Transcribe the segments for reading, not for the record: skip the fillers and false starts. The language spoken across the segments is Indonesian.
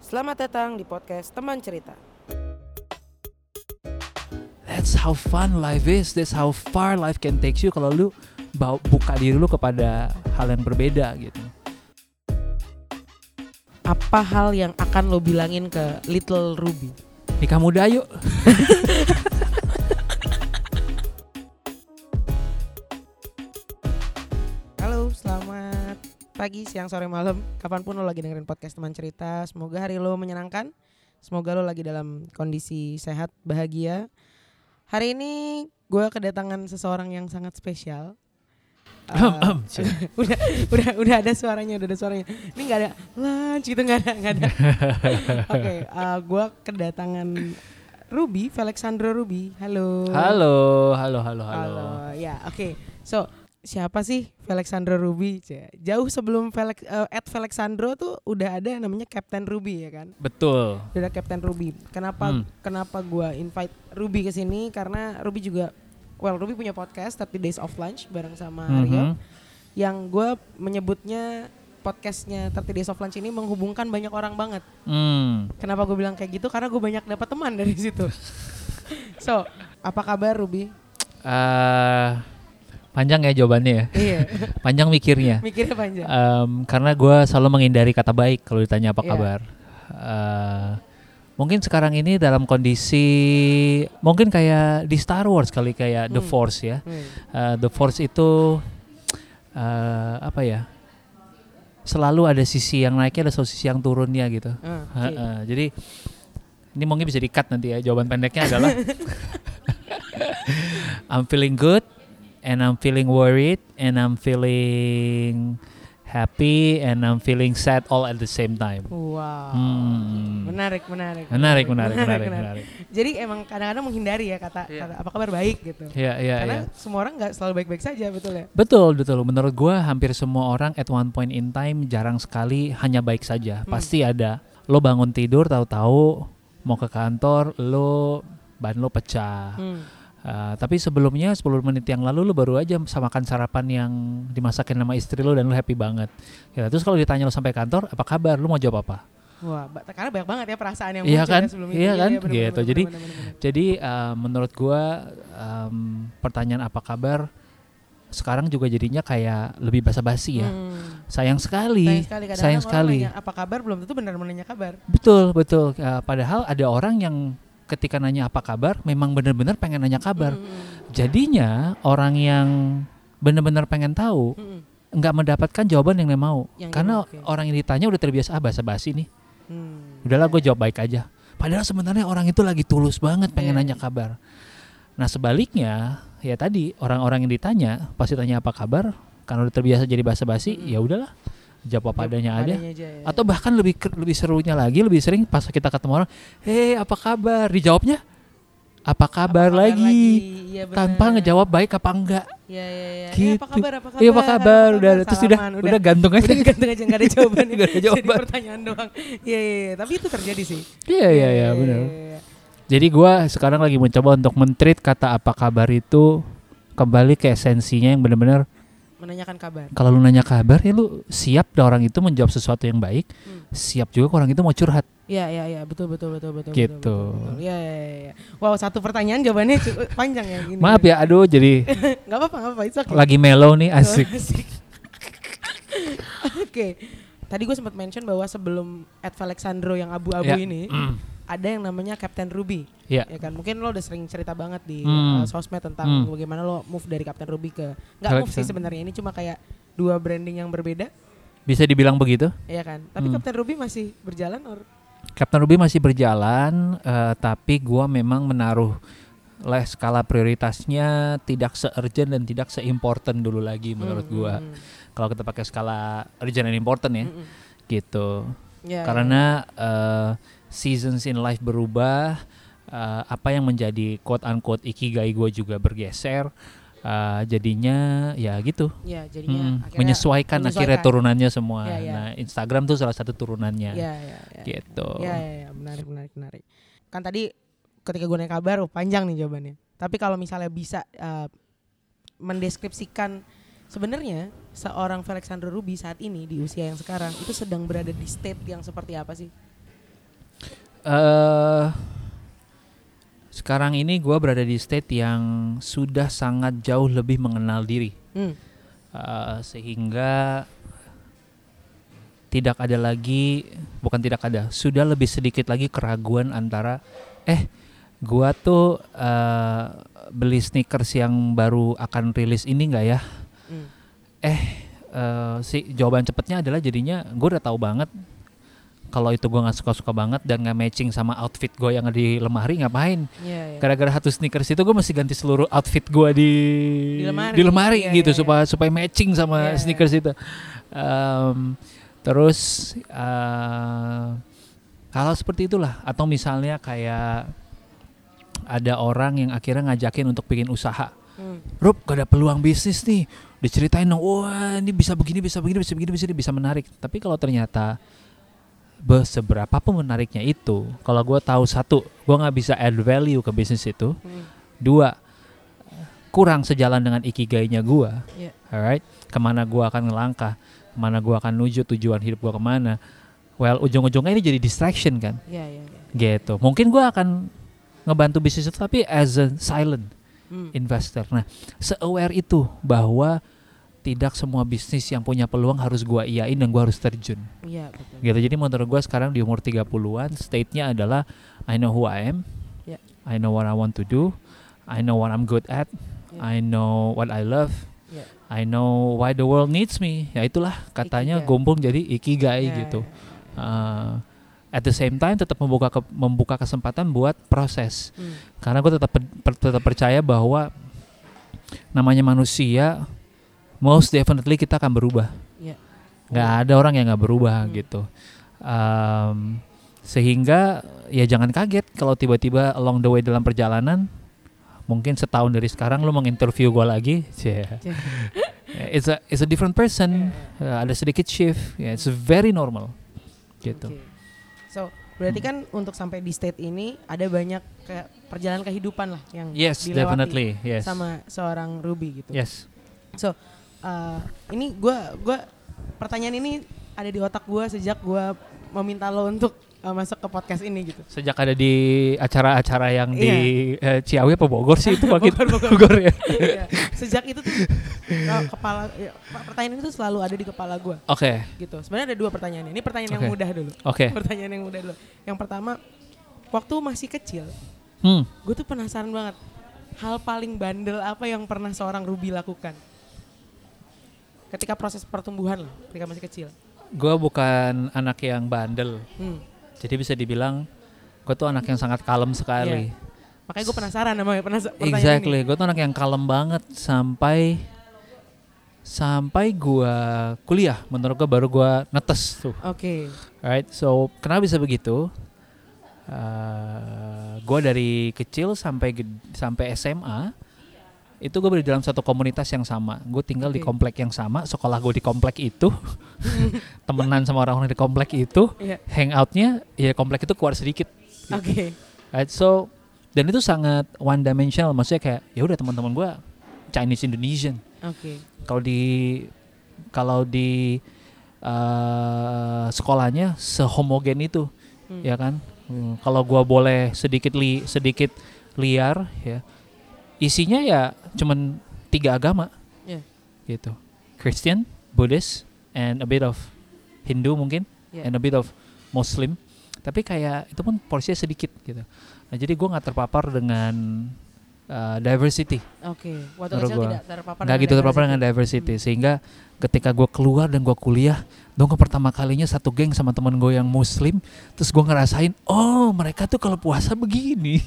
Selamat datang di podcast Teman Cerita. That's how fun life is. That's how far life can take you kalau lu buka diri lu kepada hal yang berbeda gitu. Apa hal yang akan lo bilangin ke Little Ruby? Nikah muda yuk. Halo, selamat pagi, siang, sore, malam. Kapanpun lo lagi dengerin podcast Teman Cerita, semoga hari lo menyenangkan. Semoga lo lagi dalam kondisi sehat, bahagia. Hari ini gue kedatangan seseorang yang sangat spesial. Udah ada suaranya, Ini nggak ada lunch gitu, nggak ada. Oke, gue kedatangan Ruby, Felixandro Ruby. Halo. Ya, oke. So, siapa sih Felixandro Ruby? Jauh sebelum Felixandro tuh udah ada namanya Captain Ruby ya kan? Betul. Udah ada Captain Ruby. Kenapa gue invite Ruby ke sini? Karena Ruby juga, Ruby punya podcast 30 Days of Lunch bareng sama Rio. Yang gue menyebutnya podcastnya 30 Days of Lunch ini menghubungkan banyak orang banget. Kenapa gue bilang kayak gitu? Karena gue banyak dapat teman dari situ. So, apa kabar Ruby? Panjang ya jawabannya ya. Iya. Panjang mikirnya. Mikirnya panjang. Karena gue selalu menghindari kata baik kalau ditanya apa kabar. Mungkin sekarang ini dalam kondisi mungkin kayak di Star Wars kali, kayak The Force ya. The Force itu apa ya? Selalu ada sisi yang naiknya, ada sisi yang turunnya gitu. Jadi ini mungkin bisa di-cut nanti ya. Jawaban pendeknya adalah I'm feeling good. And I'm feeling worried, and I'm feeling happy, and I'm feeling sad all at the same time. Wow. Menarik. Jadi emang kadang-kadang menghindari ya kata apa kabar baik gitu. Karena semua orang nggak selalu baik-baik saja, betul ya? Betul. Menurut gue hampir semua orang at one point in time jarang sekali hanya baik saja. Pasti ada. Lo bangun tidur tahu-tahu mau ke kantor, ban lo pecah. Tapi sebelumnya 10 menit yang lalu lu baru aja makan sarapan yang dimasakin sama istri lu dan lu happy banget. Ya, terus kalau ditanya lu sampai kantor, apa kabar? Lu mau jawab apa? Wah, karena banyak banget ya perasaan yang muncul kan? Ya sebelum itu. Iya kan? Bener, Gitu. Jadi menurut gua pertanyaan apa kabar sekarang juga jadinya kayak lebih basa-basi ya. Sayang sekali. Nanya apa kabar belum tentu benar menanya kabar. Betul. Padahal ada orang yang ketika nanya apa kabar, memang benar-benar pengen nanya kabar. Jadinya orang yang benar-benar pengen tahu, nggak mendapatkan jawaban yang dia mau. Karena orang yang ditanya udah terbiasa basa-basi nih. Udahlah gue jawab baik aja. Padahal sebenarnya orang itu lagi tulus banget pengen nanya kabar. Nah sebaliknya, ya tadi orang-orang yang ditanya pasti tanya apa kabar, karena udah terbiasa jadi basa-basi, ya udahlah. Jawab apa adanya aja ya. Atau bahkan lebih serunya lagi, lebih sering pas kita ketemu orang, apa kabar? Dijawabnya apa kabar lagi? Ya, tanpa ngejawab baik apa enggak. Gitu. Apa kabar? Udah terus udah gantung aja. Enggak ada jawabannya. Jadi pertanyaan doang. Iya, tapi itu terjadi sih. Iya, benar. Jadi gue sekarang lagi mencoba untuk men-treat kata apa kabar itu kembali ke esensinya yang benar-benar menanyakan kabar. Kalau lu nanya kabar ya lu siap orang itu menjawab sesuatu yang baik, siap juga orang itu mau curhat. Iya, betul. Gitu. Iya. Wow, satu pertanyaan jawabannya panjang ya gini. Maaf ya, aduh jadi Enggak apa-apa, itu okay. Lagi mellow nih, asik. Oke. Tadi gue sempat mention bahwa sebelum Felixandro yang abu-abu ini ada yang namanya Captain Ruby, ya kan? Mungkin lo udah sering cerita banget di sosmed tentang bagaimana lo move dari Captain Ruby ke move sih sebenarnya, ini cuma kayak dua branding yang berbeda. Bisa dibilang begitu? Iya kan? Tapi Captain Ruby masih berjalan? Captain Ruby masih berjalan, tapi gua memang menaruh skala prioritasnya tidak se-urgent dan tidak se-important dulu lagi menurut gua. Kalau kita pakai skala urgent and important ya, gitu. Karena seasons in life berubah, apa yang menjadi quote unquote ikigai gue juga bergeser, jadinya ya gitu. Jadinya menyesuaikan akhirnya turunannya semua. Nah Instagram tuh salah satu turunannya. Gitu. Ya, menarik. Kan tadi ketika gue nanya kabar, panjang nih jawabannya. Tapi kalau misalnya bisa mendeskripsikan sebenarnya seorang Felixandro Ruby saat ini di usia yang sekarang itu sedang berada di state yang seperti apa sih? Sekarang ini gue berada di state yang sudah sangat jauh lebih mengenal diri, sehingga sudah lebih sedikit lagi keraguan antara gue tuh beli sneakers yang baru akan rilis ini nggak ya? Jawaban cepatnya adalah jadinya gue udah tahu banget kalau itu gue nggak suka banget dan nggak matching sama outfit gue yang ada di lemari, ngapain? Gara-gara satu sneakers itu gue mesti ganti seluruh outfit gue di lemari gitu. Supaya matching sama sneakers itu. Terus hal seperti itulah. Atau misalnya kayak ada orang yang akhirnya ngajakin untuk bikin usaha. Rup, gak ada peluang bisnis nih. Diceritain dong, wah ini bisa begini, bisa menarik. Tapi kalau ternyata seberapa pun menariknya itu, kalau gue tahu satu, gue nggak bisa add value ke bisnis itu. Dua, kurang sejalan dengan ikigainya gue. Alright, kemana gue akan ngelangkah, kemana gue akan menuju tujuan hidup gue kemana. Well, ujung-ujungnya ini jadi distraction kan. Gitu. Mungkin gue akan ngebantu bisnis itu tapi as a silent investor. Nah, se-aware itu bahwa tidak semua bisnis yang punya peluang harus gua iyain dan gua harus terjun. Iya, betul. Gitu. Jadi menurut gua sekarang di umur 30-an, state-nya adalah I know who I am. I know what I want to do. I know what I'm good at. I know what I love. I know why the world needs me. Ya itulah katanya gombong jadi ikigai gitu. At the same time tetap membuka kesempatan buat proses. Karena gue tetap percaya bahwa namanya manusia, most definitely kita akan berubah. Gak ada orang yang gak berubah gitu. Sehingga ya jangan kaget kalau tiba-tiba along the way dalam perjalanan, mungkin setahun dari sekarang lo menginterview gue lagi, it's a different person. Ada sedikit shift. It's very normal gitu. So berarti kan untuk sampai di state ini ada banyak perjalanan kehidupan lah yang dilewati sama seorang Ruby gitu. So ini gue pertanyaan ini ada di otak gue sejak gue meminta lo untuk masuk ke podcast ini gitu. Sejak ada di acara-acara yang di Ciawi apa Bogor sih itu Bogor ya. Sejak itu tuh pertanyaan itu selalu ada di kepala gue. Gitu. Sebenarnya ada dua pertanyaan. Ini pertanyaan yang mudah dulu. Pertanyaan yang mudah dulu. Yang pertama, waktu masih kecil, gue tuh penasaran banget. Hal paling bandel apa yang pernah seorang Ruby lakukan? Ketika proses pertumbuhan lah, ketika masih kecil. Gue bukan anak yang bandel. Jadi bisa dibilang gue tuh anak yang sangat kalem sekali. Makanya gue penasaran sama pertanyaan ini. Ini. Gue tuh anak yang kalem banget sampai gue kuliah. Menurut gue baru gue netes tuh. Right, so kenapa bisa begitu? Gue dari kecil sampai SMA itu gue berada dalam satu komunitas yang sama. Gue tinggal di komplek yang sama, sekolah gue di komplek itu, temenan sama orang-orang di komplek itu, hangoutnya ya komplek itu keluar sedikit. Right, so dan itu sangat one dimensional, maksudnya kayak ya udah teman-teman gue Chinese Indonesian. Kalau di sekolahnya sehomogen itu, ya kan. Kalau gue boleh sedikit liar, ya isinya ya cuman 3 agama, gitu, Christian, Buddhist, and a bit of Hindu mungkin, and a bit of Muslim. Tapi kayak itu pun porsinya sedikit gitu. Nah jadi gue nggak terpapar dengan diversity. Waktu kecil tidak terpapar. Nggak gitu terpapar dengan diversity, sehingga ketika gue keluar dan gue kuliah, dong pertama kalinya satu geng sama teman gue yang Muslim, terus gue ngerasain, oh mereka tuh kalau puasa begini,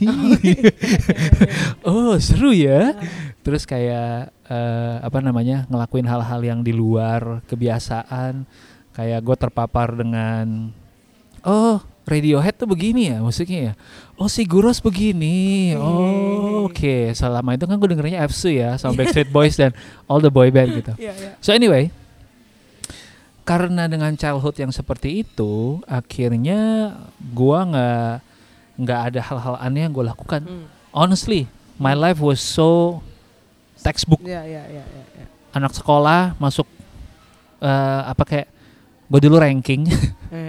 oh seru ya. Terus kayak ngelakuin hal-hal yang di luar kebiasaan, kayak gue terpapar dengan, oh Radiohead tuh begini ya musiknya ya, oh Siguros begini, oke. Selama itu kan gue dengernya FSU ya sama Backstreet Boys dan all the boy band gitu. So anyway, karena dengan childhood yang seperti itu, akhirnya gue nggak ada hal-hal aneh yang gue lakukan. Honestly, my life was so textbook. Anak sekolah masuk kayak gue dulu ranking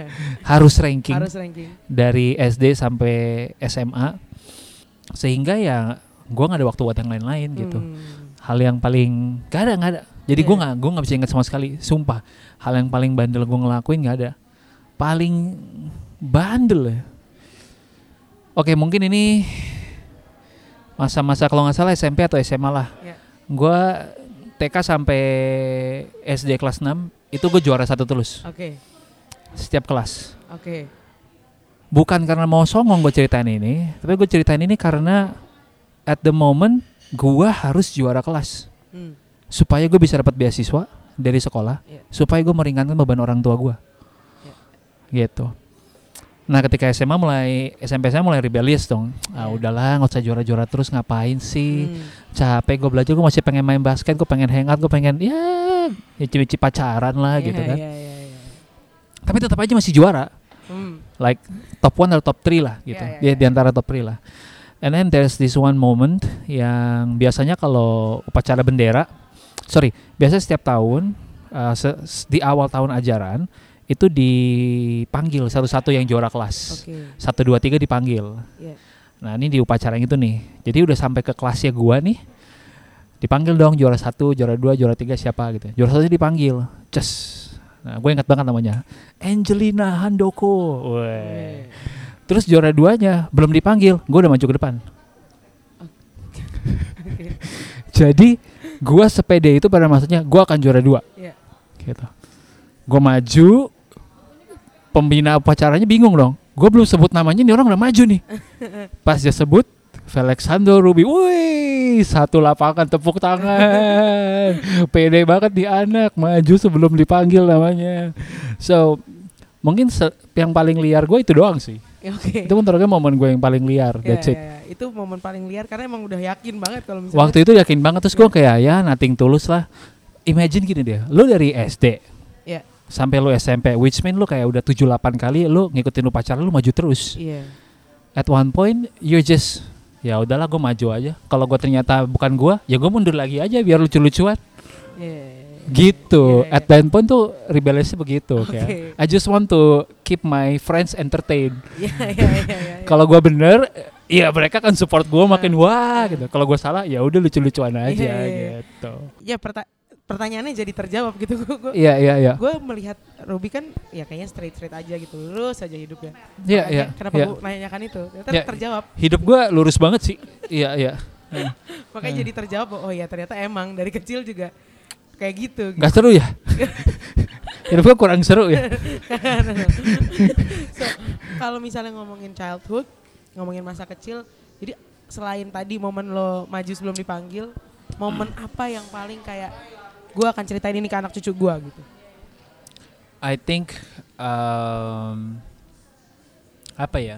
harus ranking dari SD sampai SMA, sehingga ya gue nggak ada waktu buat yang lain-lain gitu. Hal yang paling nggak ada. Jadi gue nggak bisa ingat sama sekali, sumpah. Hal yang paling bandel gue ngelakuin nggak ada. Paling bandel ya. Oke, mungkin ini masa-masa kalau nggak salah SMP atau SMA lah. Gue TK sampai SD kelas 6 itu gue juara 1 terus. Setiap kelas. Bukan karena mau songong gue ceritain ini, tapi gue ceritain ini karena at the moment gue harus juara kelas. Supaya gue bisa dapat beasiswa dari sekolah, supaya gue meringankan beban orang tua gue. Gitu. Nah, ketika SMP saya mulai rebellious dong. Udahlah, nggak usah juara-juara terus, ngapain sih? Capek gue belajar, gue masih pengen main basket, gue pengen hangout, gue pengen ya cici-cici pacaran lah gitu kan. Tapi tetap aja masih juara. Like top 1 atau top 3 lah gitu. Di antara top 3 lah. And then there's this one moment yang biasanya kalau upacara bendera, biasanya setiap tahun di awal tahun ajaran itu dipanggil satu-satu yang juara kelas. 1, 2, 3 dipanggil. Nah, ini di upacara yang itu nih. Jadi udah sampai ke kelasnya gua nih. Dipanggil dong juara 1, juara 2, juara 3 siapa gitu. Juara 1 dipanggil. Nah, gue ingat banget namanya. Angelina Handoko. Terus juara 2-nya belum dipanggil, gue udah maju ke depan. Jadi gue sepede itu pada maksudnya gue akan juara 2. Gitu. Gue maju, pembina upacaranya bingung dong. Gue belum sebut namanya, nih orang udah maju nih. Pas dia sebut Felixandro Ruby, wih, satu lapangan tepuk tangan. Pede banget di anak, maju sebelum dipanggil namanya. So mungkin yang paling liar gue itu doang sih. Itu menurut gue momen gue yang paling liar. That's it. Itu momen paling liar karena emang udah yakin banget kalau misalnya. Waktu itu yakin banget, terus gue kayak nothing tulus lah. Imagine gini deh, lu dari SD sampai lu SMP, which mean lu kayak udah 7-8 kali lu ngikutin upacara, lu maju terus. At one point you're just ya udahlah gue maju aja. Kalau gue ternyata bukan gue, ya gue mundur lagi aja biar lucu-lucuan. Gitu. At that point tuh rebellious begitu. Kayak I just want to keep my friends entertained. Kalau gue bener, ya mereka kan support gue makin wah gitu. Kalau gue salah, ya udah lucu-lucuan aja gitu. Ya pertanyaannya jadi terjawab gitu. Iya. Gue melihat Ruby kan ya kayaknya straight aja gitu, lurus aja hidupnya. Iya. Kenapa gue nanyakan itu? Ternyata terjawab. Hidup gue lurus banget sih. Iya. Makanya jadi terjawab. Oh iya, ternyata emang dari kecil juga kayak gitu. Gak seru ya? Hidup gue kurang seru ya? So, kalau misalnya ngomongin childhood, ngomongin masa kecil, jadi selain tadi momen lo maju sebelum dipanggil, momen apa yang paling kayak gue akan ceritain ini ke anak cucu gue gitu? I think apa ya?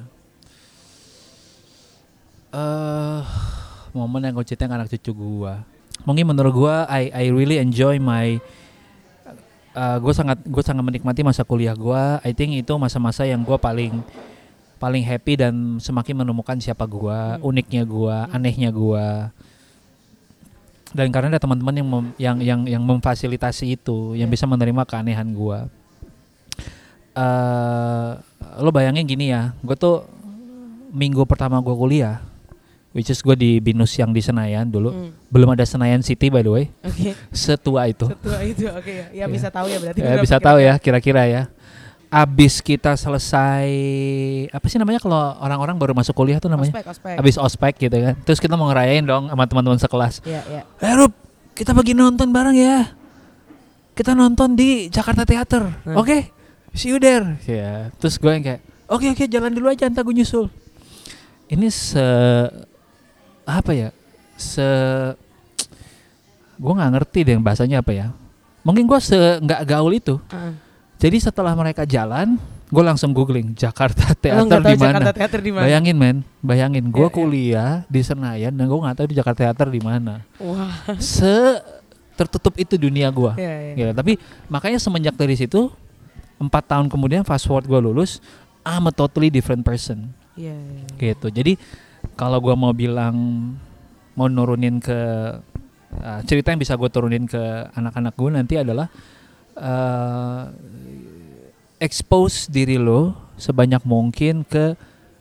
Momen yang gue ceritain ke anak cucu gue. Mungkin menurut gue, I really enjoy my gue sangat menikmati masa kuliah gue. I think itu masa-masa yang gue paling happy dan semakin menemukan siapa gue, uniknya gue, anehnya gue. Dan karena ada teman-teman yang memfasilitasi itu, yang bisa menerima keanehan gue. Lo bayangin gini ya, gue tuh minggu pertama gue kuliah, which is gue di BINUS yang di Senayan dulu, belum ada Senayan City by the way. Setua itu. Ya bisa tahu ya berarti. Bisa tahu ya kira-kira ya. Abis kita selesai apa sih namanya kalau orang-orang baru masuk kuliah tuh namanya? Ospek. Abis ospek gitu kan. Terus kita mau ngerayain dong sama teman-teman sekelas. Rup, kita pergi nonton bareng ya. Kita nonton di Jakarta Theater. Oke. See you there. Ya. Terus gue yang kayak, oke, jalan dulu aja, entar gue nyusul. Ini gue nggak ngerti deh bahasanya apa ya. Mungkin gue nggak gaul itu. Jadi setelah mereka jalan, gue langsung googling Jakarta Theater di mana. Bayangin, gue kuliah di Senayan dan gue nggak tahu di Jakarta Theater di mana. Tertutup itu dunia gue. Ya, tapi makanya semenjak dari situ, 4 tahun kemudian fast forward gue lulus, I'm a totally different person. Gitu. Jadi kalau gue mau nurunin ke cerita yang bisa gue turunin ke anak-anak gue nanti adalah expose diri lo sebanyak mungkin ke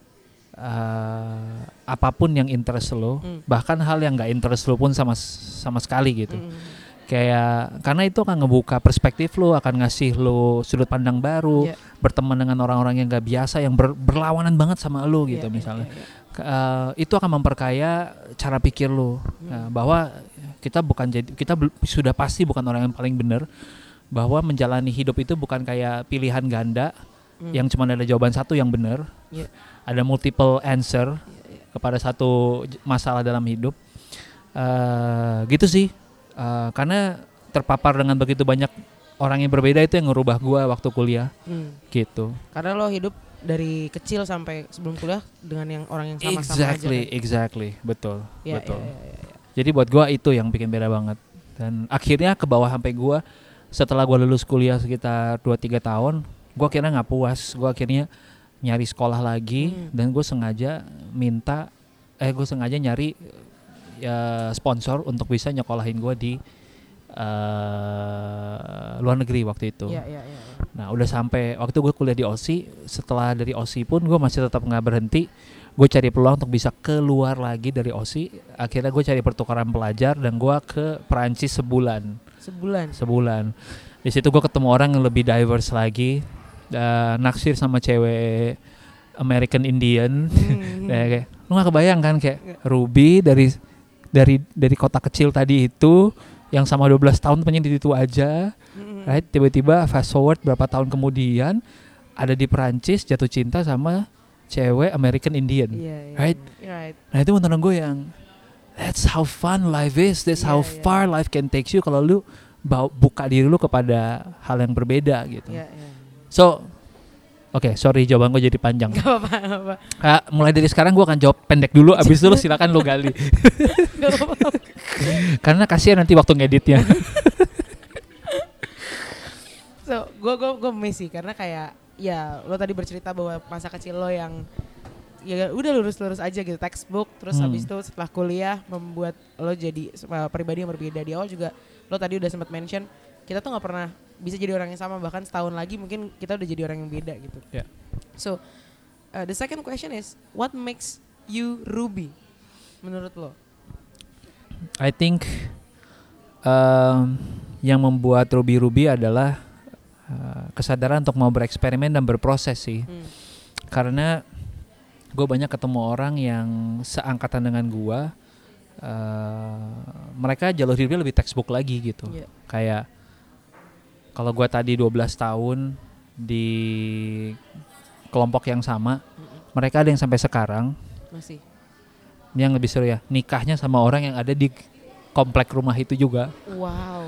apapun yang interest lo, bahkan hal yang nggak interest lo pun sama sekali gitu. Kayak karena itu akan ngebuka perspektif lo, akan ngasih lo sudut pandang baru, berteman dengan orang-orang yang nggak biasa, yang berlawanan banget sama lo gitu misalnya. Itu akan memperkaya cara pikir lo, bahwa kita sudah pasti bukan orang yang paling benar, bahwa menjalani hidup itu bukan kayak pilihan ganda yang cuma ada jawaban satu yang benar, ada multiple answer kepada satu masalah dalam hidup, gitu sih. Karena terpapar dengan begitu banyak orang yang berbeda itu yang ngerubah gue waktu kuliah, gitu. Karena lo hidup dari kecil sampai sebelum kuliah dengan yang orang yang sama-sama aja. Exactly, betul. Jadi buat gue itu yang bikin beda banget. Dan akhirnya ke bawah sampai gue setelah gue lulus kuliah sekitar 2-3 tahun, gue akhirnya nggak puas. Gue akhirnya nyari sekolah lagi dan gue sengaja nyari sponsor untuk bisa nyekolahin gue di luar negeri waktu itu. Nah udah sampai waktu gue kuliah di Aussie, setelah dari Aussie pun gue masih tetap nggak berhenti. Gue cari peluang untuk bisa keluar lagi dari Aussie. Akhirnya gue cari pertukaran pelajar dan gue ke Perancis sebulan. Di situ gue ketemu orang yang lebih diverse lagi, naksir sama cewek American Indian. Kayak lu nggak kebayang kan, kayak Ruby dari kota kecil tadi itu yang sama 12 tahun pengen di situ aja, right? Tiba-tiba fast forward berapa tahun kemudian ada di Perancis jatuh cinta sama cewek American Indian, right? Nah itu menurut gue yang that's how fun life is, that's how far life can take you kalau lu buka diri lu kepada hal yang berbeda gitu. So Oke, sorry jawaban gue jadi panjang. Gak apa-apa. Mulai dari sekarang gue akan jawab pendek dulu, abis itu silakan lo gali. Gak apa-apa. Karena kasihan nanti waktu ngeditnya. So, gue miss sih karena kayak ya lo tadi bercerita bahwa masa kecil lo yang ya udah lurus aja gitu, textbook, terus habis itu setelah kuliah membuat lo jadi pribadi yang berbeda. Di awal juga lo tadi udah sempat mention kita tuh nggak pernah bisa jadi orang yang sama, bahkan setahun lagi mungkin kita udah jadi orang yang beda gitu. So the second question is, what makes you Ruby menurut lo? I think yang membuat Ruby adalah kesadaran untuk mau bereksperimen dan berproses sih. Karena gue banyak ketemu orang yang seangkatan dengan gue, mereka jalur hidupnya lebih textbook lagi gitu. Kayak kalau gue tadi 12 tahun di kelompok yang sama, mereka ada yang sampai sekarang masih. Ini yang lebih seru ya, nikahnya sama orang yang ada di komplek rumah itu juga. Wow.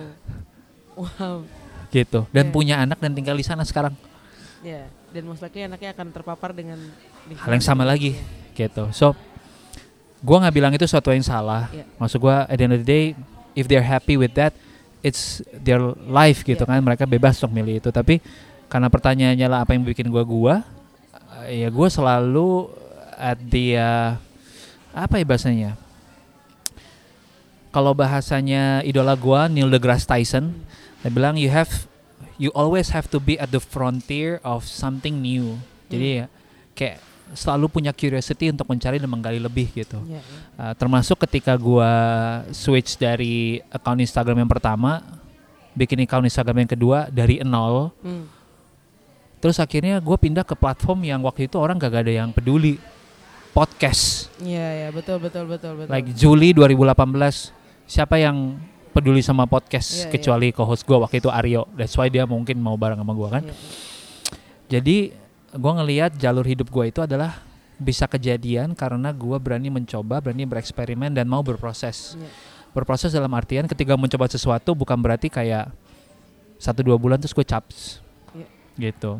Gitu. Dan punya anak dan tinggal di sana sekarang. Dan most likely anaknya akan terpapar dengan hal yang sama lagi. Gitu. So, gue nggak bilang itu sesuatu yang salah. Maksud gue, at the end of the day, if they're happy with that, it's their life gitu kan, mereka bebas untuk milih itu. Tapi karena pertanyaannya lah apa yang bikin gue ya gue selalu at the apa ya bahasanya, kalau bahasanya idola gue Neil deGrasse Tyson, dia bilang you always have to be at the frontier of something new. Jadi ya kayak selalu punya curiosity untuk mencari dan menggali lebih gitu. Termasuk ketika gue switch dari account Instagram yang pertama, bikin account Instagram yang kedua dari nol. Terus akhirnya gue pindah ke platform yang waktu itu orang gak ada yang peduli, podcast. Betul. Like Juli 2018, siapa yang peduli sama podcast kecuali co-host gue waktu itu Aryo. That's why dia mungkin mau bareng sama gue kan. Jadi gue ngelihat jalur hidup gue itu adalah bisa kejadian karena gue berani mencoba, berani bereksperimen dan mau berproses. Berproses dalam artian ketika mencoba sesuatu bukan berarti kayak 1-2 bulan terus gue caps. Gitu.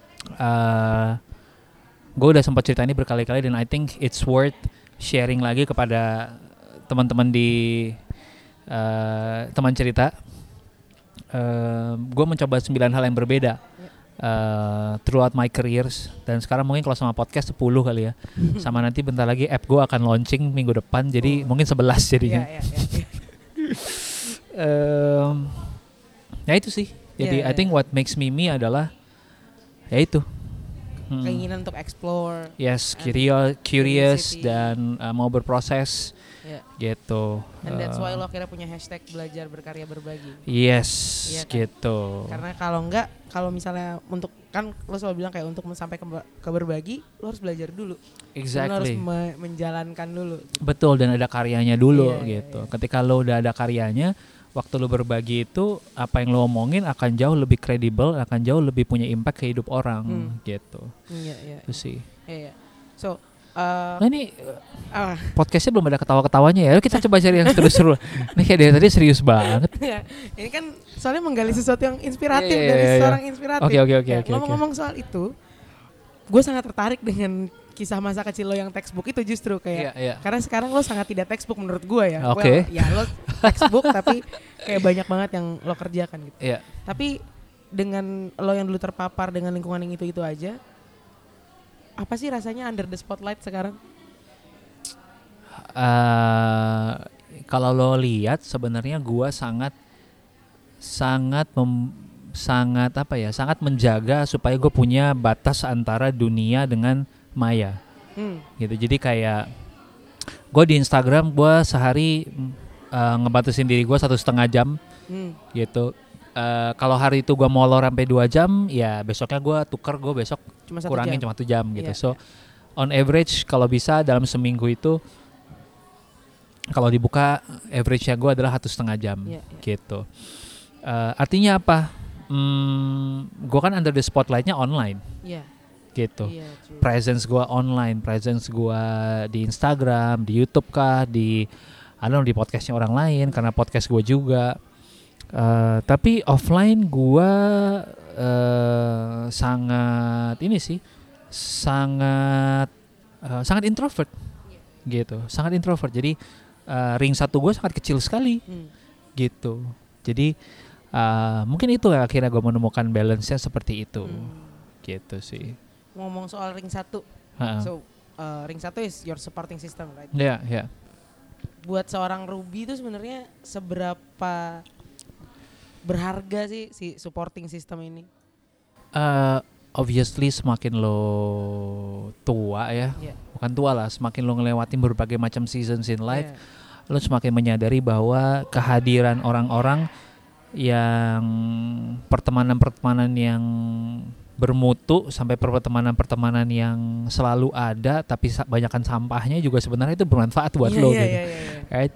Gue udah sempat cerita ini berkali-kali dan I think it's worth sharing lagi kepada teman-teman di teman cerita. Gue mencoba 9 hal yang berbeda throughout my careers, dan sekarang mungkin kalau sama podcast 10 kali ya. Sama nanti bentar lagi app gue akan launching minggu depan, jadi mungkin 11 jadinya. Ya itu sih. Jadi I think what makes me adalah Ya itu. Keinginan untuk explore. Yes, curious curiosity. dan mau berproses. Yeah. Gitu. And that's why lo akhirnya punya hashtag belajar berkarya berbagi. Yes, Iya kan? gitu. Karena kalau misalnya untuk kan lo selalu bilang kayak untuk sampai ke berbagi lo harus belajar dulu. Exactly. Lo harus menjalankan dulu. Betul, dan ada karyanya dulu gitu. Iya. Ketika lo udah ada karyanya, waktu lo berbagi itu apa yang lo omongin akan jauh lebih kredibel, akan jauh lebih punya impact ke hidup orang gitu. Iya. Itu sih. Iya. So nah ini podcastnya belum ada ketawa-ketawanya ya. Kita coba cari yang seru-seru. Ini kayak dari tadi serius banget. Ini kan soalnya menggali sesuatu yang inspiratif dari seorang inspiratif. Oke. Ngomong-ngomong soal itu, gue sangat tertarik dengan kisah masa kecil lo yang textbook itu justru kayak karena sekarang lo sangat tidak textbook menurut gue ya. Oke. Ya lo textbook tapi kayak banyak banget yang lo kerjakan gitu. Iya. Tapi dengan lo yang dulu terpapar dengan lingkungan yang itu aja, apa sih rasanya under the spotlight sekarang? Kalau lo lihat sebenarnya gue sangat menjaga supaya gue punya batas antara dunia dengan maya. Gitu. Jadi kayak gue di Instagram gue sehari ngebatasin diri gue 1,5 jam. Gitu. Kalau hari itu gue molor sampai 2 jam, ya besoknya gue besok kurangin cuma 1 jam gitu. So on average kalau bisa dalam seminggu itu kalau dibuka average-nya gue adalah 1,5 jam gitu. Artinya apa? Gue kan under the spotlight-nya online. Gitu. Presence gue online, presence gue di Instagram, di YouTube kah, di podcastnya orang lain karena podcast gue juga. Tapi offline gue sangat introvert gitu, sangat introvert. Jadi ring 1 gue sangat kecil sekali gitu. Jadi mungkin itu akhirnya gue menemukan balance-nya seperti itu gitu sih. Ngomong soal ring 1, so ring 1 is your supporting system, right? Yeah. Buat seorang Ruby itu sebenarnya seberapa berharga sih si supporting system ini? Obviously semakin lo tua ya, bukan tua lah, semakin lo ngelewatin berbagai macam seasons in life, lo semakin menyadari bahwa kehadiran orang-orang yang pertemanan yang bermutu sampai pertemanan yang selalu ada tapi banyakkan sampahnya juga sebenarnya itu bermanfaat buat lo gitu. Right?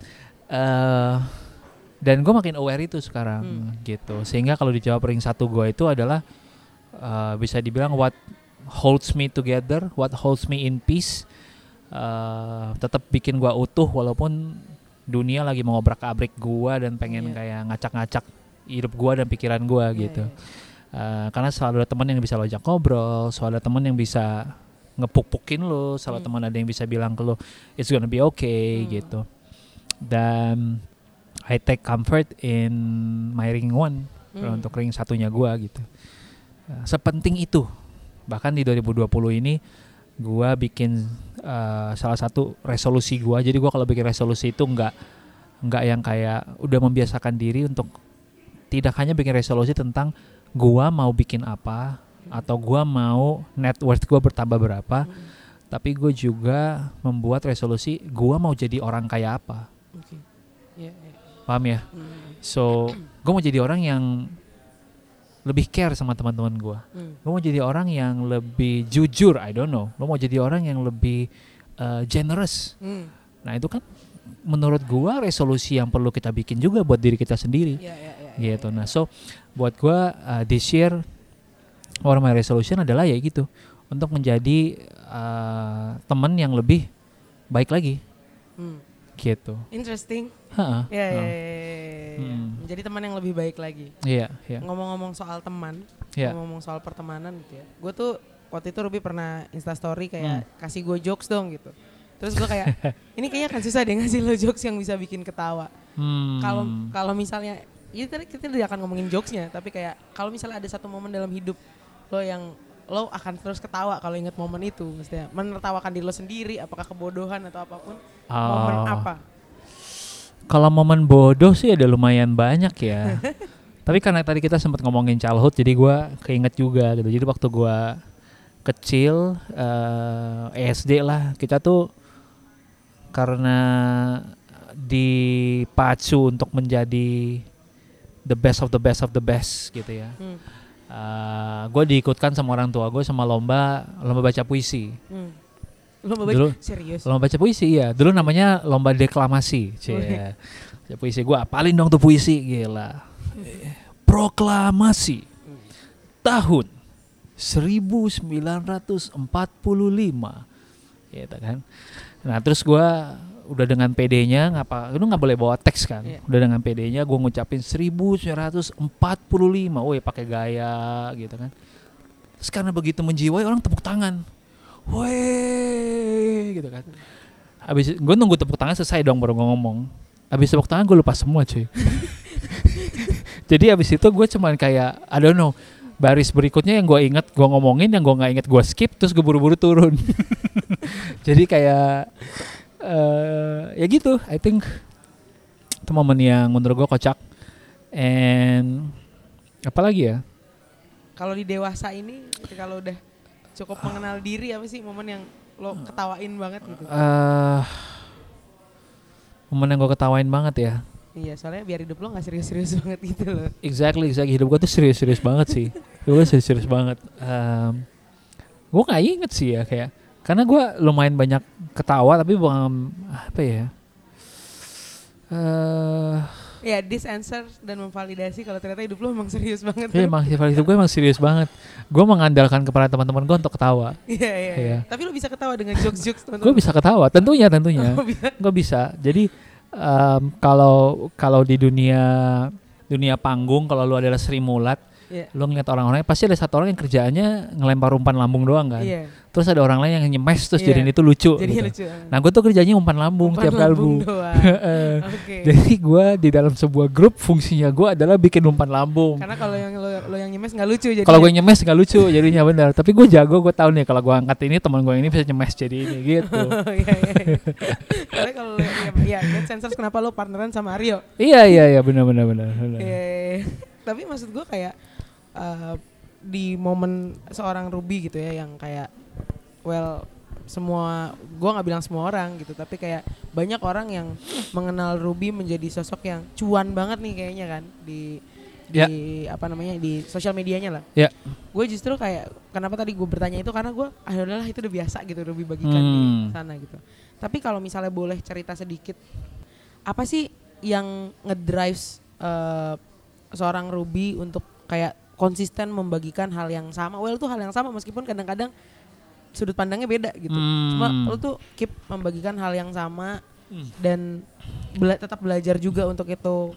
Dan gue makin aware itu sekarang gitu. Sehingga kalau dijawab ring 1 gue itu adalah bisa dibilang what holds me together, what holds me in peace. Tetap bikin gue utuh walaupun dunia lagi mau ngobrak-abrik gue dan pengen kayak ngacak-ngacak hidup gue dan pikiran gue gitu. Karena selalu ada teman yang bisa lo ajak ngobrol, selalu ada teman yang bisa ngepuk-pukin lo, selalu teman ada yang bisa bilang ke lo it's gonna be okay gitu. Dan I take comfort in my ring 1 untuk ring 1-nya gue gitu. Sepenting itu. Bahkan di 2020 ini gue bikin salah satu resolusi gue. Jadi gue kalau bikin resolusi itu nggak yang kayak udah membiasakan diri untuk tidak hanya bikin resolusi tentang gue mau bikin apa atau gue mau net worth gue bertambah berapa, tapi gue juga membuat resolusi gue mau jadi orang kayak apa. Paham ya? So gue mau jadi orang yang lebih care sama teman-teman gue. Gue mau jadi orang yang lebih jujur, I don't know. Gue mau jadi orang yang lebih generous. Nah itu kan menurut gue resolusi yang perlu kita bikin juga buat diri kita sendiri. Gitu. Nah so buat gue this year one of my resolution adalah ya gitu, untuk menjadi teman yang lebih baik lagi. Gitu. Interesting. Menjadi teman yang lebih baik lagi. Ngomong-ngomong soal teman, ngomong soal pertemanan gitu ya. Gue tuh waktu itu Ruby pernah Instastory kayak kasih gue jokes dong gitu. Terus gue kayak ini kayaknya kan susah deh ngasih lo jokes yang bisa bikin ketawa. Kalau misalnya kita tidak akan ngomongin jokesnya, tapi kayak kalau misalnya ada satu momen dalam hidup lo yang lo akan terus ketawa kalau inget momen itu, maksudnya menertawakan diri lo sendiri, apakah kebodohan atau apapun, momen apa? Kalau momen bodoh sih ada lumayan banyak ya. Tapi karena tadi kita sempat ngomongin childhood, jadi gue keinget juga gitu. Jadi waktu gue kecil, SD lah, kita tuh karena dipacu untuk menjadi the best of the best of the best gitu ya. Gue diikutkan sama orang tua gue sama lomba baca puisi. Lomba baca Dulu, serius? Lomba baca puisi ya. Dulu namanya lomba deklamasi. Baca puisi, gue apalin dong tuh puisi, gila. Proklamasi tahun 1945 gitu kan. Nah terus gue udah dengan PD-nya, lu nggak boleh bawa teks kan. Udah dengan PD-nya gue ngucapin 1945, woi pakai gaya gitu kan. Terus karena begitu menjiwai, orang tepuk tangan, woi gitu kan. Habis gue nunggu tepuk tangan selesai dong baru gue ngomong. Habis tepuk tangan gue lupa semua cuy. Jadi abis itu gue cuman kayak I don't know, baris berikutnya yang gue inget gue ngomongin, yang gue nggak inget gue skip, terus gue buru-buru turun. Jadi kayak ya gitu, I think itu momen yang menurut gue kocak. And apa lagi ya? Kalau di dewasa ini, ketika lo udah cukup mengenal diri, apa sih momen yang lo ketawain banget gitu? Momen yang gue ketawain banget ya. Iya, soalnya biar hidup lo gak serius-serius banget gitu loh. Exactly. Hidup gue tuh serius-serius banget sih. Hidup gue serius banget. Gue gak inget sih ya kayak. Karena gue lumayan banyak ketawa tapi bukan apa ya. Ya, this answer dan memvalidasi kalau ternyata hidup lo emang serius banget. Iya, emang hidup gue emang serius banget. Gue mengandalkan kepada teman-teman gue untuk ketawa. Iya. Tapi lo bisa ketawa dengan jokes-jokes teman-teman. Gue bisa ketawa, tentunya. Gue bisa. Jadi kalau di dunia panggung, kalau lu adalah Sri Mulat, lu ngeliat orang-orangnya pasti ada satu orang yang kerjaannya ngelempar umpan lambung doang kan. Terus ada orang lain yang nyemes terus jadiin itu lucu. Gitu. Nah gue tuh kerjanya umpan lambung tiap album. Jadi gue di dalam sebuah grup fungsinya gue adalah bikin umpan lambung. Karena kalau yang lo yang nyemes nggak lucu. Kalau gue nyemes nggak lucu jadinya benar. Tapi gue jago, gue tahu nih kalau gue angkat ini teman gue ini bisa nyemes jadi ini gitu. Karena kalau ya sensor kenapa lo partneran sama Aryo? Iya benar. Tapi maksud gue kayak di momen seorang Ruby gitu ya, yang kayak semua, gue nggak bilang semua orang gitu, tapi kayak banyak orang yang mengenal Ruby menjadi sosok yang cuan banget nih kayaknya kan di apa namanya, di sosial medianya lah. Gue justru kayak kenapa tadi gue bertanya itu karena gue adalah itu udah biasa gitu Ruby bagikan di sana gitu. Tapi kalau misalnya boleh cerita sedikit, apa sih yang ngedrives seorang Ruby untuk kayak konsisten membagikan hal yang sama? Itu hal yang sama meskipun kadang-kadang sudut pandangnya beda gitu. Cuma lo tuh keep membagikan hal yang sama dan tetap belajar juga untuk itu.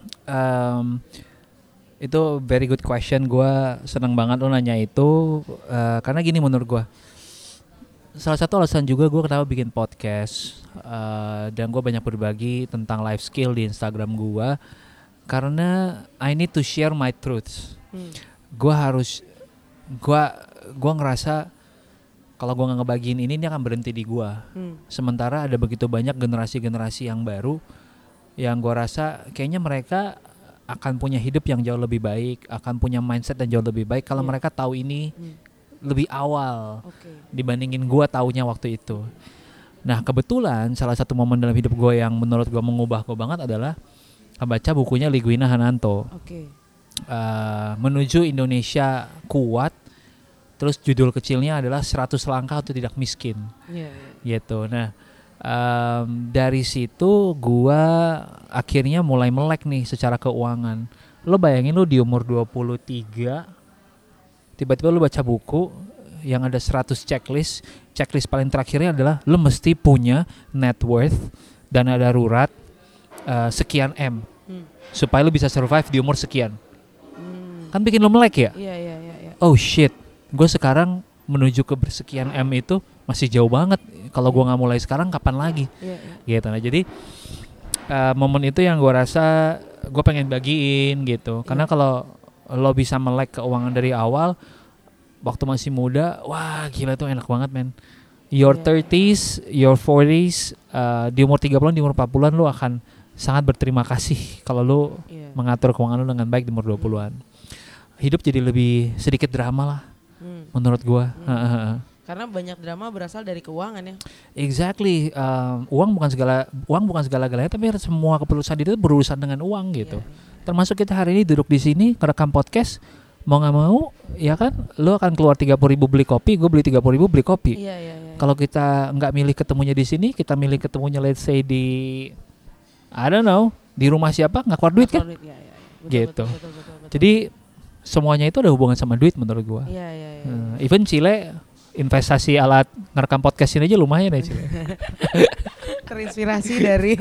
Itu very good question. Gue seneng banget lo nanya itu karena gini menurut gue. Salah satu alasan juga gue kenapa bikin podcast dan gue banyak berbagi tentang life skill di Instagram gue karena I need to share my truths. Gue ngerasa kalau gue nggak ngebagiin ini akan berhenti di gue. Sementara ada begitu banyak generasi-generasi yang baru yang gue rasa kayaknya mereka akan punya hidup yang jauh lebih baik, akan punya mindset yang jauh lebih baik kalau mereka tahu ini lebih awal dibandingin gue taunya waktu itu. Nah kebetulan salah satu momen dalam hidup gue yang menurut gue mengubah gue banget adalah baca bukunya Liguina Hananto. Menuju Indonesia Kuat. Terus judul kecilnya adalah 100 Langkah Untuk Tidak Miskin. Gitu. Nah dari situ gua akhirnya mulai melek nih secara keuangan. Lo bayangin lo di umur 23 tiba-tiba lo baca buku yang ada 100 checklist paling terakhirnya adalah lo mesti punya net worth dana darurat sekian M supaya lo bisa survive di umur sekian. Kan bikin lo melek ya? Iya. Oh shit, gue sekarang menuju ke bersekian M itu masih jauh banget. Kalau gue nggak mulai sekarang kapan lagi? Gitu. Nah jadi momen itu yang gue rasa gue pengen bagiin gitu. Karena kalau lo bisa melek keuangan dari awal, waktu masih muda, wah gila tuh enak banget men. Your 30s, your 40s, di umur 30-an, di umur 40-an lo akan sangat berterima kasih kalau lu mengatur keuangan lu dengan baik di umur 20-an. Hidup jadi lebih sedikit drama lah menurut gua. Karena banyak drama berasal dari keuangan ya. Exactly. Uang bukan segala-galanya, tapi semua keputusan itu berurusan dengan uang gitu. Termasuk kita hari ini duduk di sini ngerekam podcast, mau nggak mau ya kan, lo akan keluar 30.000 beli kopi, gue beli 30.000 beli kopi. Kalau kita nggak milih ketemunya di sini, kita milih ketemunya let's say di I don't know, di rumah siapa, nggak keluar duit kan? Gitu. Jadi semuanya itu ada hubungan sama duit menurut gua. Even Chile investasi alat ngerekam podcast ini aja lumayan ya Chile. Terinspirasi dari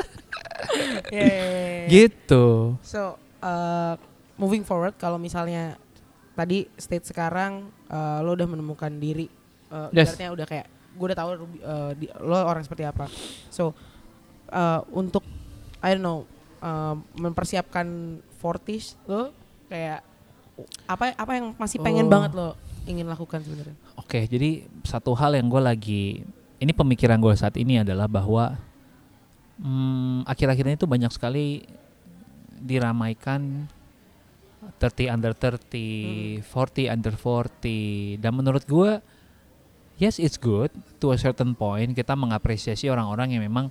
gitu. So moving forward, kalau misalnya tadi state sekarang lo udah menemukan diri, artinya udah kayak gue udah tahu lo orang seperti apa. So untuk I don't know, mempersiapkan 40s lo kayak apa yang masih pengen banget lo ingin lakukan sebenarnya? Oke, jadi satu hal yang gue lagi, ini pemikiran gue saat ini adalah bahwa akhir-akhir ini tuh banyak sekali diramaikan 30 under 30, 40 under 40, dan menurut gue yes it's good to a certain point, kita mengapresiasi orang-orang yang memang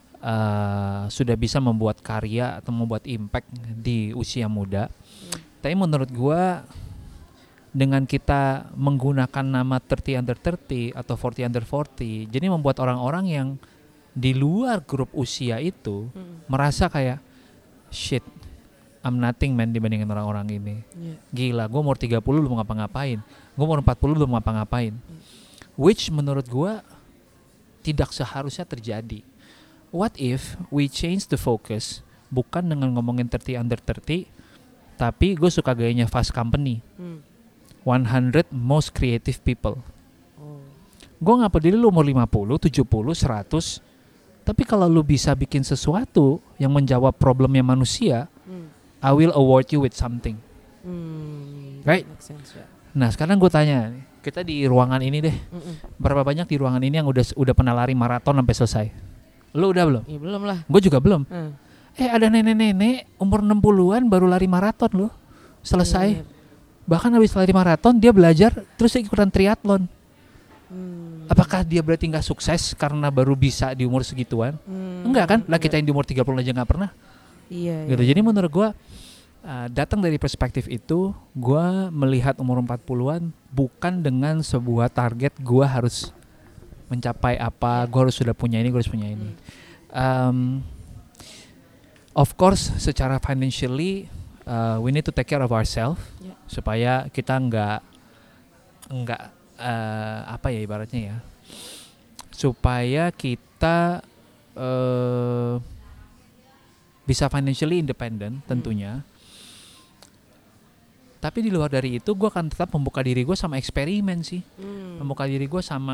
sudah bisa membuat karya atau membuat impact di usia muda. Tapi menurut gue dengan kita menggunakan nama 30 under 30 atau 40 under 40, jadi membuat orang-orang yang di luar grup usia itu merasa kayak shit, I'm nothing man dibandingin orang-orang ini. Gila, gue umur 30 belum ngapa-ngapain, gue umur 40 belum ngapa-ngapain. Which menurut gue tidak seharusnya terjadi. What if we change the focus, bukan dengan ngomongin 30 under 30, tapi gue suka gayanya Fast Company. 100 most creative people. Gue gak peduli lu umur 50, 70, 100, tapi kalau lu bisa bikin sesuatu yang menjawab problemnya manusia, I will award you with something. Right? Nah sekarang gue tanya, kita di ruangan ini deh, berapa banyak di ruangan ini yang udah pernah lari maraton sampai selesai? Lu udah belum? Ya belum lah. Gue juga belum. Ada nenek-nenek umur 60-an baru lari maraton loh. Selesai. Bahkan habis lari maraton dia belajar terus ikutan triathlon. Apakah dia berarti gak sukses karena baru bisa di umur segituan? Enggak kan? Lah kita yang di umur 30 aja gak pernah. Gitu. Jadi menurut gue datang dari perspektif itu, gue melihat umur 40-an bukan dengan sebuah target gue harus mencapai apa, gue harus sudah punya ini, gue harus punya ini. Of course, secara financially, we need to take care of ourselves supaya kita nggak apa ya ibaratnya ya, supaya kita bisa financially independent tentunya. Tapi di luar dari itu gue akan tetap membuka diri gue sama eksperimen sih, membuka diri gue sama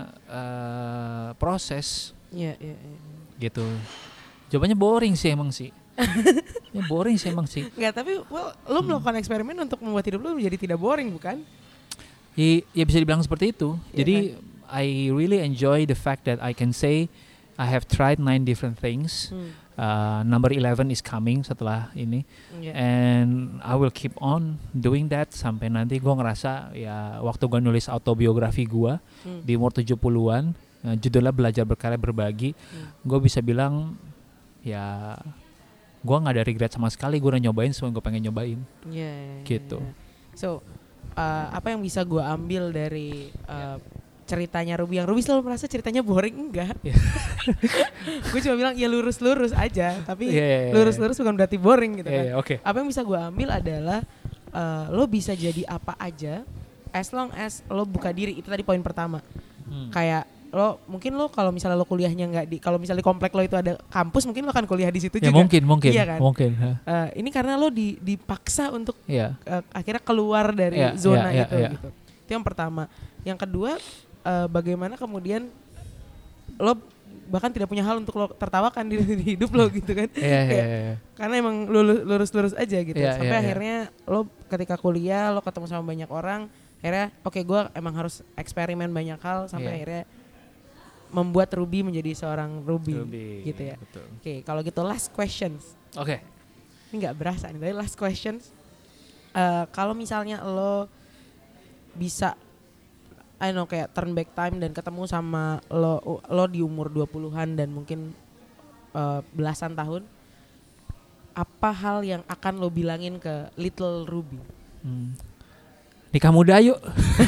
proses, gitu. Jawabannya boring sih emang sih. Ya boring sih emang sih. Enggak, tapi lo melakukan eksperimen untuk membuat hidup lo menjadi tidak boring bukan? Ya bisa dibilang seperti itu. Jadi I really enjoy the fact that I can say I have tried 9 different things. Number 11 is coming setelah ini, and I will keep on doing that sampai nanti gue ngerasa ya waktu gue nulis autobiografi gue di umur 70-an, judulnya Belajar Berkarya Berbagi, gue bisa bilang ya gue nggak ada regret sama sekali, gue udah nyobain semua yang gue pengen nyobain, gitu. So apa yang bisa gue ambil dari ceritanya Ruby, yang Ruby selalu merasa ceritanya boring, enggak. Gue cuma bilang ya lurus-lurus aja, tapi lurus-lurus bukan berarti boring gitu kan. Apa yang bisa gue ambil adalah lo bisa jadi apa aja as long as lo buka diri. Itu tadi poin pertama. Kayak lo mungkin lo kalau misalnya lo kuliahnya nggak kalau misalnya di komplek lo itu ada kampus, mungkin lo akan kuliah di situ juga. Mungkin. Iya kan? Mungkin. Ini karena lo dipaksa untuk akhirnya keluar dari zona itu gitu. Itu yang pertama. Yang kedua, bagaimana kemudian lo bahkan tidak punya hal untuk lo tertawakan di hidup lo gitu kan. Karena emang lurus-lurus aja gitu. Sampai akhirnya lo ketika kuliah lo ketemu sama banyak orang, akhirnya oke, gue emang harus eksperimen banyak hal sampai akhirnya membuat Ruby menjadi seorang Ruby gitu ya. Betul. Oke, kalau gitu last questions. Oke. Ini nggak berasa nih, tapi last questions. Kalau misalnya lo bisa kayak turn back time dan ketemu sama lo di umur 20-an dan mungkin belasan tahun, apa hal yang akan lo bilangin ke little Ruby? Nikah muda yuk.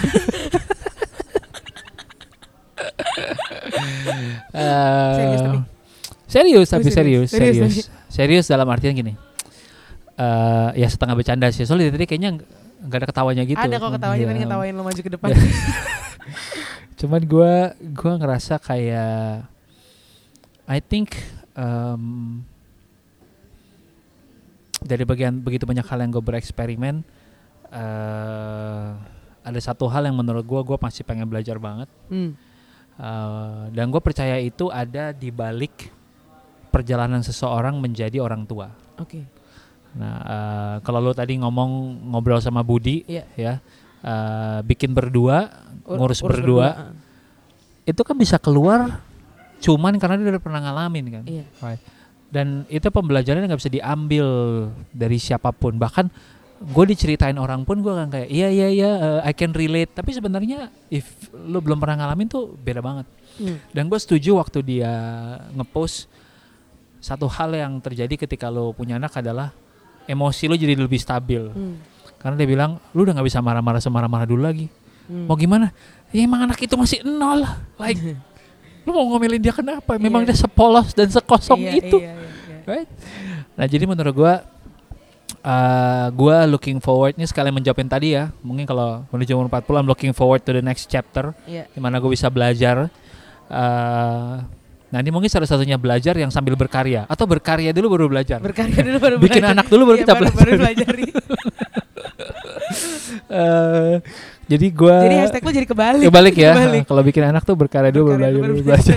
Serius dalam artian gini. Ya setengah bercanda sih, soalnya tadi kayaknya nggak ada ketawanya gitu. Ada kok ketawanya, tadi ngetawain lo maju ke depan. Cuman gue ngerasa kayak I think dari begitu banyak hal yang gue bereksperimen, ada satu hal yang menurut gue masih pengen belajar banget. Dan gue percaya itu ada di balik perjalanan seseorang menjadi orang tua. Oke. Nah, kalau lo tadi ngobrol sama Budi, ya, bikin berdua, ngurus berdua, itu kan bisa keluar, cuman karena dia udah pernah ngalamin kan. Iya. Right. Dan itu pembelajaran yang nggak bisa diambil dari siapapun. Bahkan gue diceritain orang pun gue kan kayak iya, I can relate. Tapi sebenarnya if lo belum pernah ngalamin tuh beda banget. Dan gue setuju waktu dia ngepost, satu hal yang terjadi ketika lo punya anak adalah emosi lo jadi lebih stabil. Karena dia bilang lu udah nggak bisa marah-marah semarah-marah dulu lagi. Mau gimana? Ya emang anak itu masih 0. Like lu mau ngomelin dia kenapa? Memang dia sepolos dan sekosong itu. Right? Nah jadi menurut gue looking forward, ini sekalian menjawabin tadi ya, mungkin kalau menuju umur 40 I'm looking forward to the next chapter, dimana gue bisa belajar. Nah ini mungkin salah satunya belajar yang sambil berkarya, atau berkarya dulu baru belajar. Berkarya dulu baru bikin belajar. Anak dulu baru kita belajar. Baru pelajari. Jadi hashtag lu jadi kebalik. Kebalik ya. Kalau bikin anak tuh berkarya dulu baru belajar.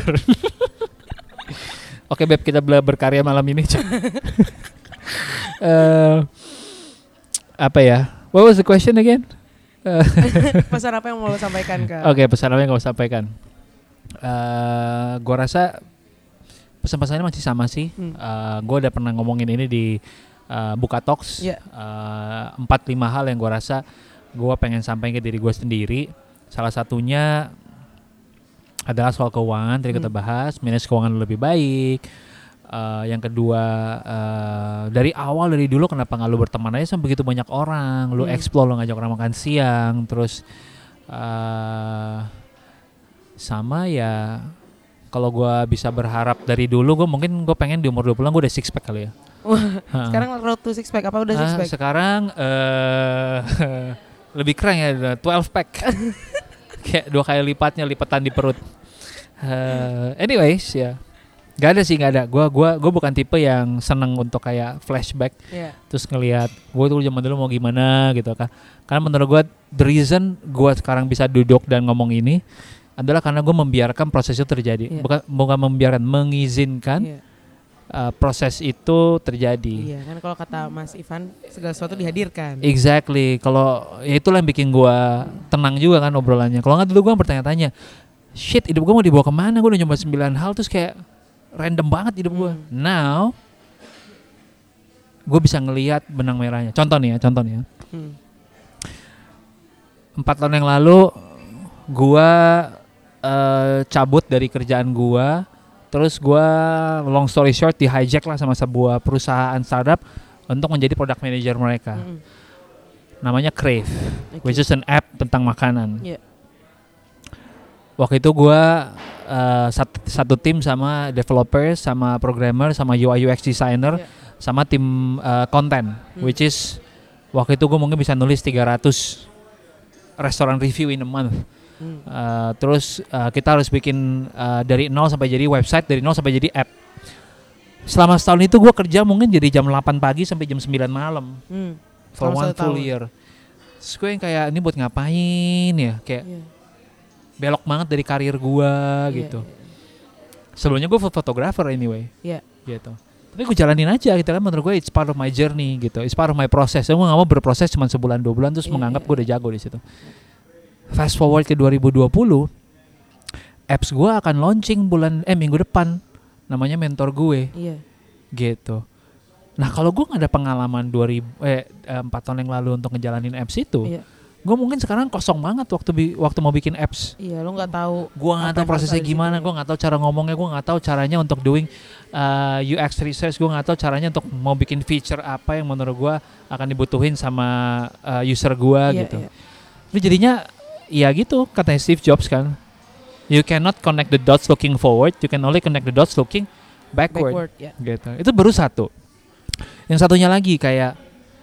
Oke Beb, kita berkarya malam ini. Apa ya? What was the question again? Pesan apa yang mau lo sampaikan ke? Oke, pesan apa yang mau sampaikan? Gue rasa pesan-pesannya masih sama sih. Gue udah pernah ngomongin ini di Buka Talks. 4-5 hal yang gue rasa gue pengen sampaikan ke diri gue sendiri. Salah satunya adalah soal keuangan, tadi kita bahas, manage keuangan lebih baik. Yang kedua, dari dulu kenapa gak lu berteman aja sama begitu banyak orang, lu explore, lu ngajak orang makan siang, terus sama ya, kalau gue bisa berharap dari dulu, gue pengen di umur 20-an gue udah six pack kali ya. Sekarang road to six pack, apa udah six pack? Sekarang lebih keren ya, 12 pack. Kayak 2 kali lipatan di perut. Anyways ya, gak ada. Gue bukan tipe yang seneng untuk kayak flashback, terus ngelihat gue tuh zaman dulu mau gimana gitu kan. Karena menurut gue the reason gue sekarang bisa duduk dan ngomong ini adalah karena gue membiarkan proses itu terjadi, bukan membiarkan, mengizinkan proses itu terjadi. Iya kan, kalau kata Mas Ivan segala sesuatu dihadirkan. Exactly. Kalau ya itulah yang bikin gue tenang juga kan obrolannya. Kalau nggak dulu gue bertanya-tanya, shit hidup gue mau dibawa kemana? Gue udah nyoba 9 hal terus kayak random banget hidup gue. Now gue bisa ngelihat benang merahnya. Contoh nih ya. 4 tahun yang lalu gue cabut dari kerjaan gue. Terus gue long story short di hijack lah sama sebuah perusahaan startup untuk menjadi product manager mereka. Namanya Crave, which is an app tentang makanan. Waktu itu gue satu tim sama developers, sama programmer, sama UI UX designer, sama tim konten, which is waktu itu gue mungkin bisa nulis 300 restoran review in a month. Terus kita harus bikin dari 0 sampai jadi website, dari 0 sampai jadi app. Selama setahun itu gue kerja mungkin jadi jam 8 pagi sampai jam 9 malam for one full year. Terus gue yang kayak ini buat ngapain ya, kayak belok banget dari karir gue gitu. Sebelumnya gue fotografer anyway, gitu. Tapi gue jalanin aja gitu kan, menurut gue it's part of my journey gitu, it's part of my process. Gue gak mau berproses cuma sebulan 2 bulan terus menganggap gue udah jago di situ. Fast forward ke 2020, apps gue akan launching minggu depan, namanya mentor gue. Iya. Gitu. Nah kalau gue nggak ada pengalaman 4 tahun yang lalu untuk ngejalanin apps itu, Iya. gue mungkin sekarang kosong banget waktu mau bikin apps. Iya, lo nggak tahu. Gue nggak tahu prosesnya gimana, gue nggak tahu cara ngomongnya, gue nggak tahu caranya untuk doing UX research, gue nggak tahu caranya untuk mau bikin feature apa yang menurut gue akan dibutuhin sama user gue gitu. Iya. Jadi jadinya ya gitu katanya Steve Jobs kan, you cannot connect the dots looking forward, you can only connect the dots looking backward ya. gitu. Itu baru satu. Yang satunya lagi kayak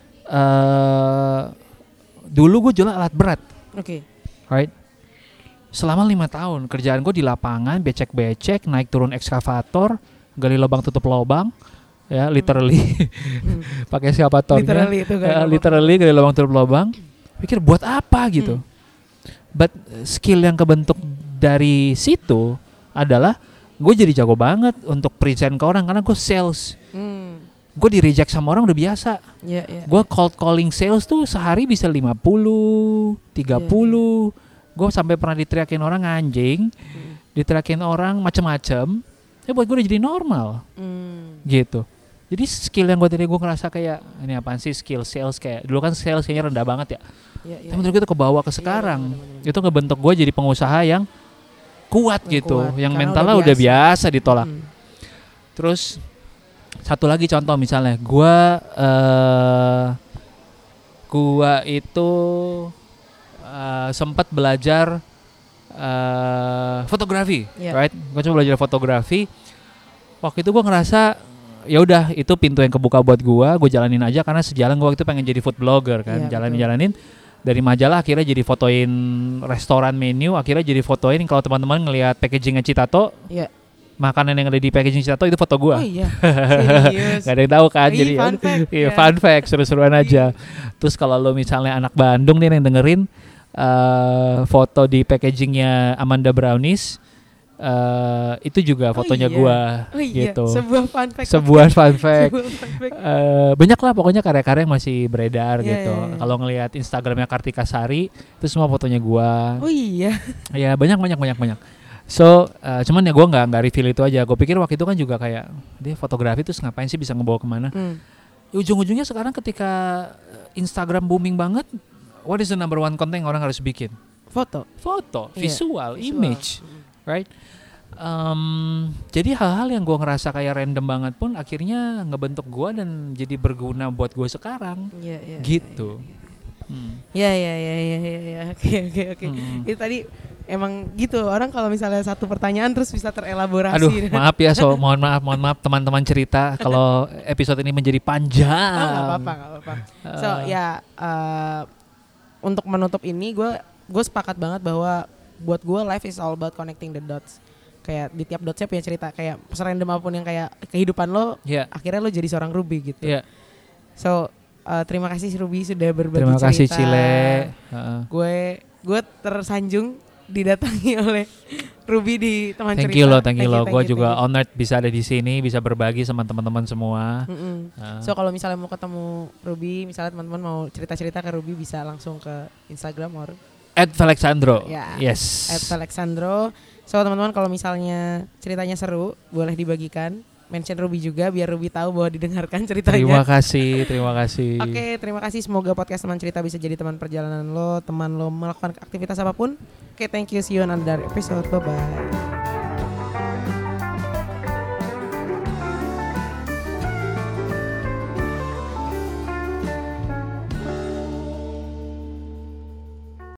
dulu gue jual alat berat. Oke. Right? Selama 5 tahun kerjaan gue di lapangan, becek-becek, naik turun ekskavator, gali lubang tutup lubang, ya literally pakai eskavatornya. Literally gali lubang tutup lubang. Pikir buat apa gitu. But skill yang kebentuk dari situ adalah gue jadi jago banget untuk present ke orang karena gue sales. Gue di reject sama orang udah biasa. Gue cold calling sales tuh sehari bisa 50, 30. Gue sampai pernah diteriakin orang anjing, diteriakin orang macem-macem. Buat gue udah jadi normal. Gitu. Jadi skill yang gue ngerasa kayak ini apaan sih skill sales, kayak dulu kan sales kayaknya rendah banget ya. Tapi menurut gue itu kebawa ke sekarang. Itu ngebentuk gue jadi pengusaha yang kuat gitu, yang mentalnya udah biasa ditolak. Terus satu lagi contoh misalnya, gua itu sempat belajar fotografi, right? Gua coba belajar fotografi. Waktu itu gua ngerasa ya udah itu pintu yang kebuka buat gua jalanin aja karena sejalan gua waktu itu pengen jadi food blogger kan, jalanin dari majalah akhirnya jadi fotoin restoran menu, akhirnya jadi fotoin kalau teman-teman ngelihat packagingnya Citato. Makanan yang ada di packaging Citato itu foto gue. Oh iya, serius. Gak ada yang tahu kan. Jadi fun fact, seru-seruan aja. Terus kalau lo misalnya anak Bandung nih yang dengerin, foto di packagingnya Amanda Brownies, itu juga fotonya gue. Gitu. Sebuah fun fact. Banyak lah pokoknya karya-karya yang masih beredar gitu. Kalau ngelihat Instagramnya Kartika Sari, itu semua fotonya gue. Oh iya. Ya banyak. So, cuman ya gue nggak reveal itu aja. Gue pikir waktu itu kan juga kayak dia fotografi terus ngapain sih bisa ngebawa kemana? Ujung-ujungnya sekarang ketika Instagram booming banget, what is the number one content yang orang harus bikin? Foto, visual, image, right? Jadi hal-hal yang gue ngerasa kayak random banget pun akhirnya ngebentuk gue dan jadi berguna buat gue sekarang, gitu. Oke. Itu tadi emang gitu orang kalau misalnya satu pertanyaan terus bisa terelaborasi. Aduh, maaf ya, mohon maaf teman-teman cerita kalau episode ini menjadi panjang. Nggak apa-apa. So untuk menutup ini gue sepakat banget bahwa buat gue life is all about connecting the dots. Kayak di tiap dotsnya punya cerita, kayak serandom apapun yang kayak kehidupan lo, akhirnya lo jadi seorang Ruby gitu. So terima kasih Ruby sudah berbagi cerita. Terima kasih Cile. Gue tersanjung didatangi oleh Ruby di teman cerita. Thank you lo. Gue juga honored bisa ada di sini, bisa berbagi sama teman-teman semua. So kalau misalnya mau ketemu Ruby, misalnya teman-teman mau cerita-cerita ke Ruby bisa langsung ke Instagram or @Felixandro. Yes. @Felixandro. So teman-teman kalau misalnya ceritanya seru, boleh dibagikan. Mention Ruby juga biar Ruby tahu bahwa didengarkan ceritanya. Terima kasih. Oke, terima kasih. Semoga podcast Teman Cerita bisa jadi teman perjalanan lo, teman lo melakukan aktivitas apapun. Oke, thank you. See you on another episode. Bye-bye.